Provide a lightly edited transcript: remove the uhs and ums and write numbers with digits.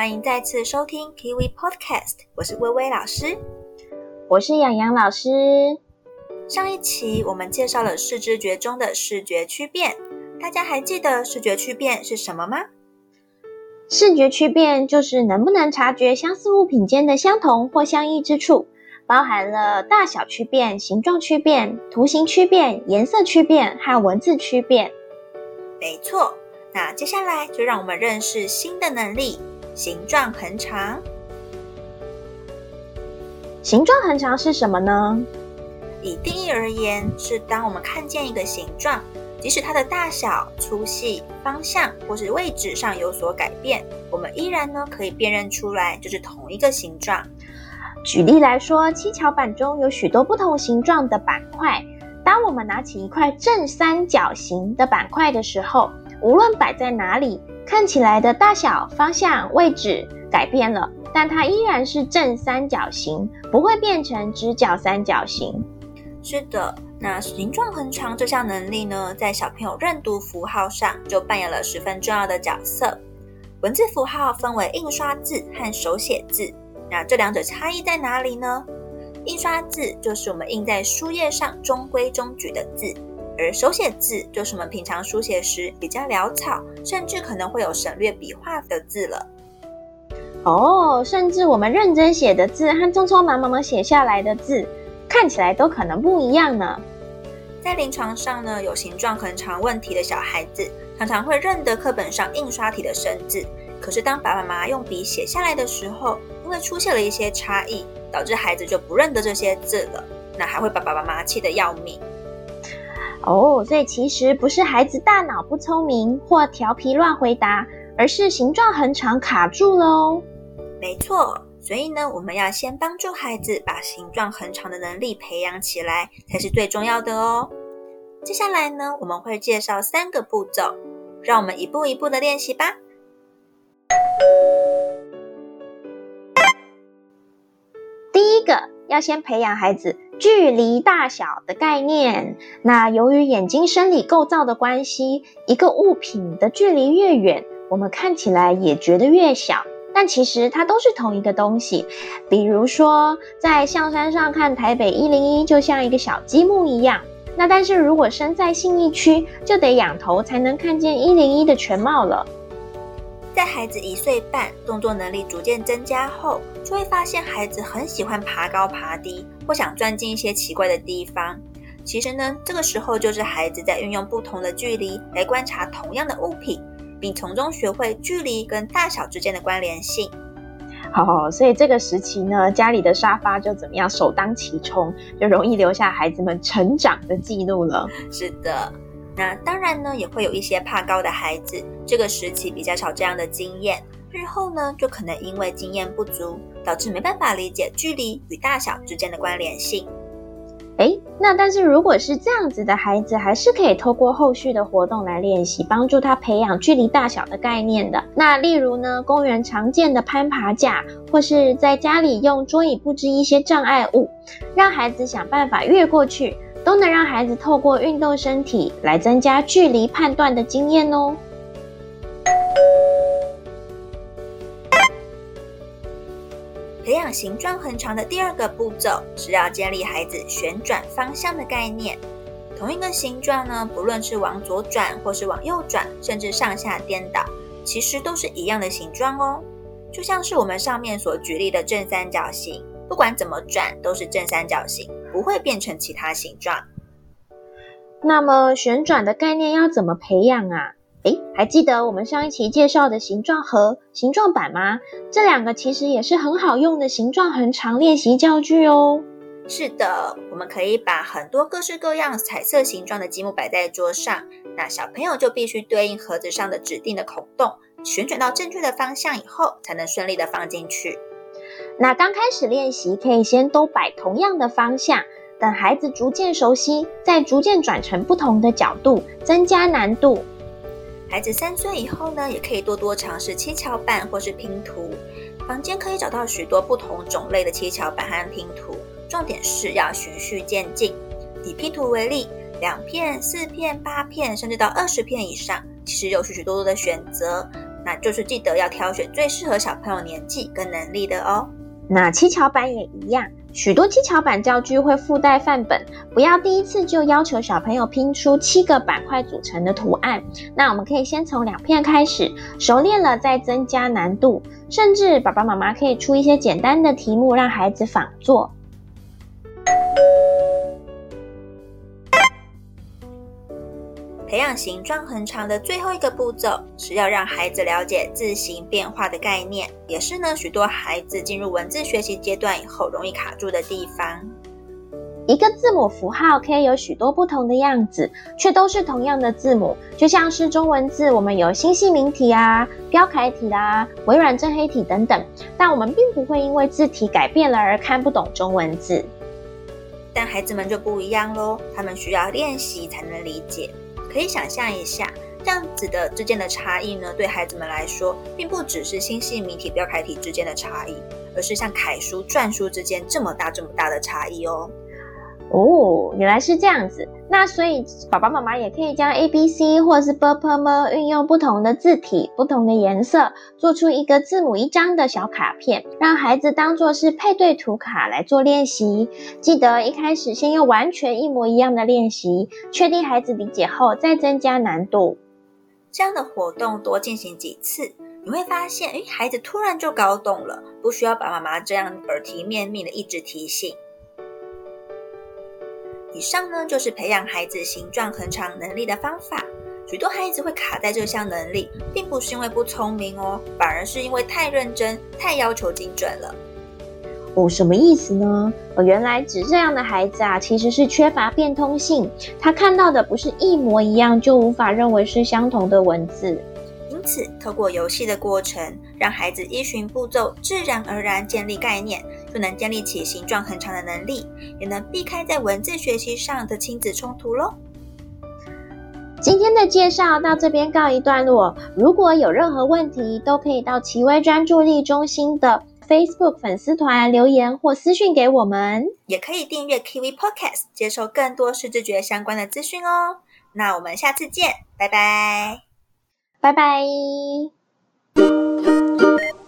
欢迎再次收听 Kiwi Podcast， 我是薇薇老师， 我是洋洋老师。 上一期我们介绍了视知觉中的视觉区变，大家还记得视觉区变是什么吗？ 视觉区变就是能不能察觉相似物品间的相同或相异之处，包含了大小区变、形状区变、图形区变、颜色区变和文字区变。 没错，那接下来就让我们认识新的能力——形状恒常。 形状恒常是什么呢？ 以定义而言，是当我们看见一个形状，即使它的大小、粗细、方向或是位置上有所改变，我们依然可以辨认出来就是同一个形状。 举例来说，七巧板中有许多不同形状的板块，当我们拿起一块正三角形的板块的时候，无论摆在哪里，看起来的大小、方向、位置改变了，但它依然是正三角形，不会变成直角三角形。 是的，那形状恒常这项能力呢，在小朋友认读符号上就扮演了十分重要的角色。文字符号分为印刷字和手写字，那这两者差异在哪里呢？印刷字就是我们印在书页上中规中矩的字，而手写字就是我们平常书写时比较潦草，甚至可能会有省略笔画的字了。 甚至我们认真写的字和匆匆忙忙写下来的字，看起来都可能不一样呢。 在临床上呢，有形状恒常问题的小孩子，常常会认得课本上印刷体的生字，可是当爸爸妈妈用笔写下来的时候，因为出现了一些差异，导致孩子就不认得这些字了，那还会把爸爸妈妈气得要命。 所以其实不是孩子大脑不聪明或调皮乱回答，而是形状恒常卡住了哦。 没错，所以呢，我们要先帮助孩子把形状恒常的能力培养起来，才是最重要的哦。接下来呢，我们会介绍3个步骤，让我们一步一步的练习吧。 第一个，要先培养孩子距离大小的概念。那由于眼睛生理构造的关系，一个物品的距离越远，我们看起来也觉得越小，但其实它都是同一个东西。比如说，在象山上看台北101就像一个小积木一样，那但是如果身在信义区，就得仰头才能看见101的全貌了。 在孩子1岁半，动作能力逐渐增加后，就会发现孩子很喜欢爬高爬低，或想钻进一些奇怪的地方。其实呢，这个时候就是孩子在运用不同的距离来观察同样的物品，并从中学会距离跟大小之间的关联性。 所以这个时期呢，家里的沙发就怎么样首当其冲，就容易留下孩子们成长的记录了。 是的，那当然呢，也会有一些怕高的孩子，这个时期比较少这样的经验，日后呢，就可能因为经验不足，导致没办法理解距离与大小之间的关联性。 那但是如果是这样子的孩子，还是可以透过后续的活动来练习，帮助他培养距离大小的概念的。那例如呢，公园常见的攀爬架，或是在家里用桌椅布置一些障碍物，让孩子想办法越过去，都能让孩子透过运动身体来增加距离判断的经验哦。 培养形状恒常的第2个步骤是要建立孩子旋转方向的概念。同一个形状呢，不论是往左转或是往右转，甚至上下颠倒，其实都是一样的形状哦。就像是我们上面所举例的正三角形，不管怎么转都是正三角形，不会变成其他形状。 那么旋转的概念要怎么培养啊？还记得我们上一期介绍的形状盒、形状板吗？这2个其实也是很好用的形状恒常练习教具哦。 是的，我们可以把很多各式各样彩色形状的积木摆在桌上，那小朋友就必须对应盒子上的指定的孔洞，旋转到正确的方向以后，才能顺利的放进去。 那刚开始练习可以先都摆同样的方向，等孩子逐渐熟悉，再逐渐转成不同的角度，增加难度。 孩子3岁以后呢，也可以多多尝试七巧板或是拼图。房间可以找到许多不同种类的七巧板和拼图，重点是要循序渐进。以拼图为例，2片、4片、8片，甚至到20片以上，其实有许多的选择。 那就是记得要挑选最适合小朋友年纪跟能力的哦。 那七巧板也一样，许多七巧板教具会附带范本，不要第一次就要求小朋友拼出7个板块组成的图案。那我们可以先从2片开始，熟练了再增加难度，甚至爸爸妈妈可以出一些简单的题目让孩子仿做。 培养形状恒长的最后一个步骤是要让孩子了解字形变化的概念，也是呢许多孩子进入文字学习阶段以后容易卡住的地方。 一个字母符号可以有许多不同的样子，却都是同样的字母，就像是中文字，我们有新细明体啊、标楷体啦、微软正黑体等等，但我们并不会因为字体改变了而看不懂中文字。 但孩子们就不一样咯，他们需要练习才能理解。可以想象一下，这样子的之间的差异呢，对孩子们来说，并不只是新细明体、标楷体之间的差异，而是像楷书、篆书之间这么大的差异哦。 哦，原来是这样子。那所以爸爸妈妈也可以将 ABC 或是 //运用不同的字体、不同的颜色，做出一个字母1张的小卡片，让孩子当作是配对图卡来做练习。记得一开始先用完全一模一样的练习，确定孩子理解后再增加难度。 这样的活动多进行几次，你会发现，孩子突然就搞懂了，不需要爸爸妈妈这样耳提面命的一直提醒。以上呢，就是培养孩子形状恒长能力的方法。许多孩子会卡在这项能力，并不是因为不聪明哦，反而是因为太认真、太要求精准了。 什么意思呢？原来指这样的孩子啊，其实是缺乏变通性，他看到的不是一模一样，就无法认为是相同的文字。 因此，透过游戏的过程，让孩子依循步骤，自然而然建立概念，就能建立起形状恒长的能力，也能避开在文字学习上的亲子冲突咯。 今天的介绍到这边告一段落，如果有任何问题，都可以到奇威专注力中心的 Facebook 粉丝团留言或私讯给我们， 也可以订阅 Kiwi Podcast， 接受更多视知觉相关的资讯哦。那我们下次见，拜拜。 拜拜。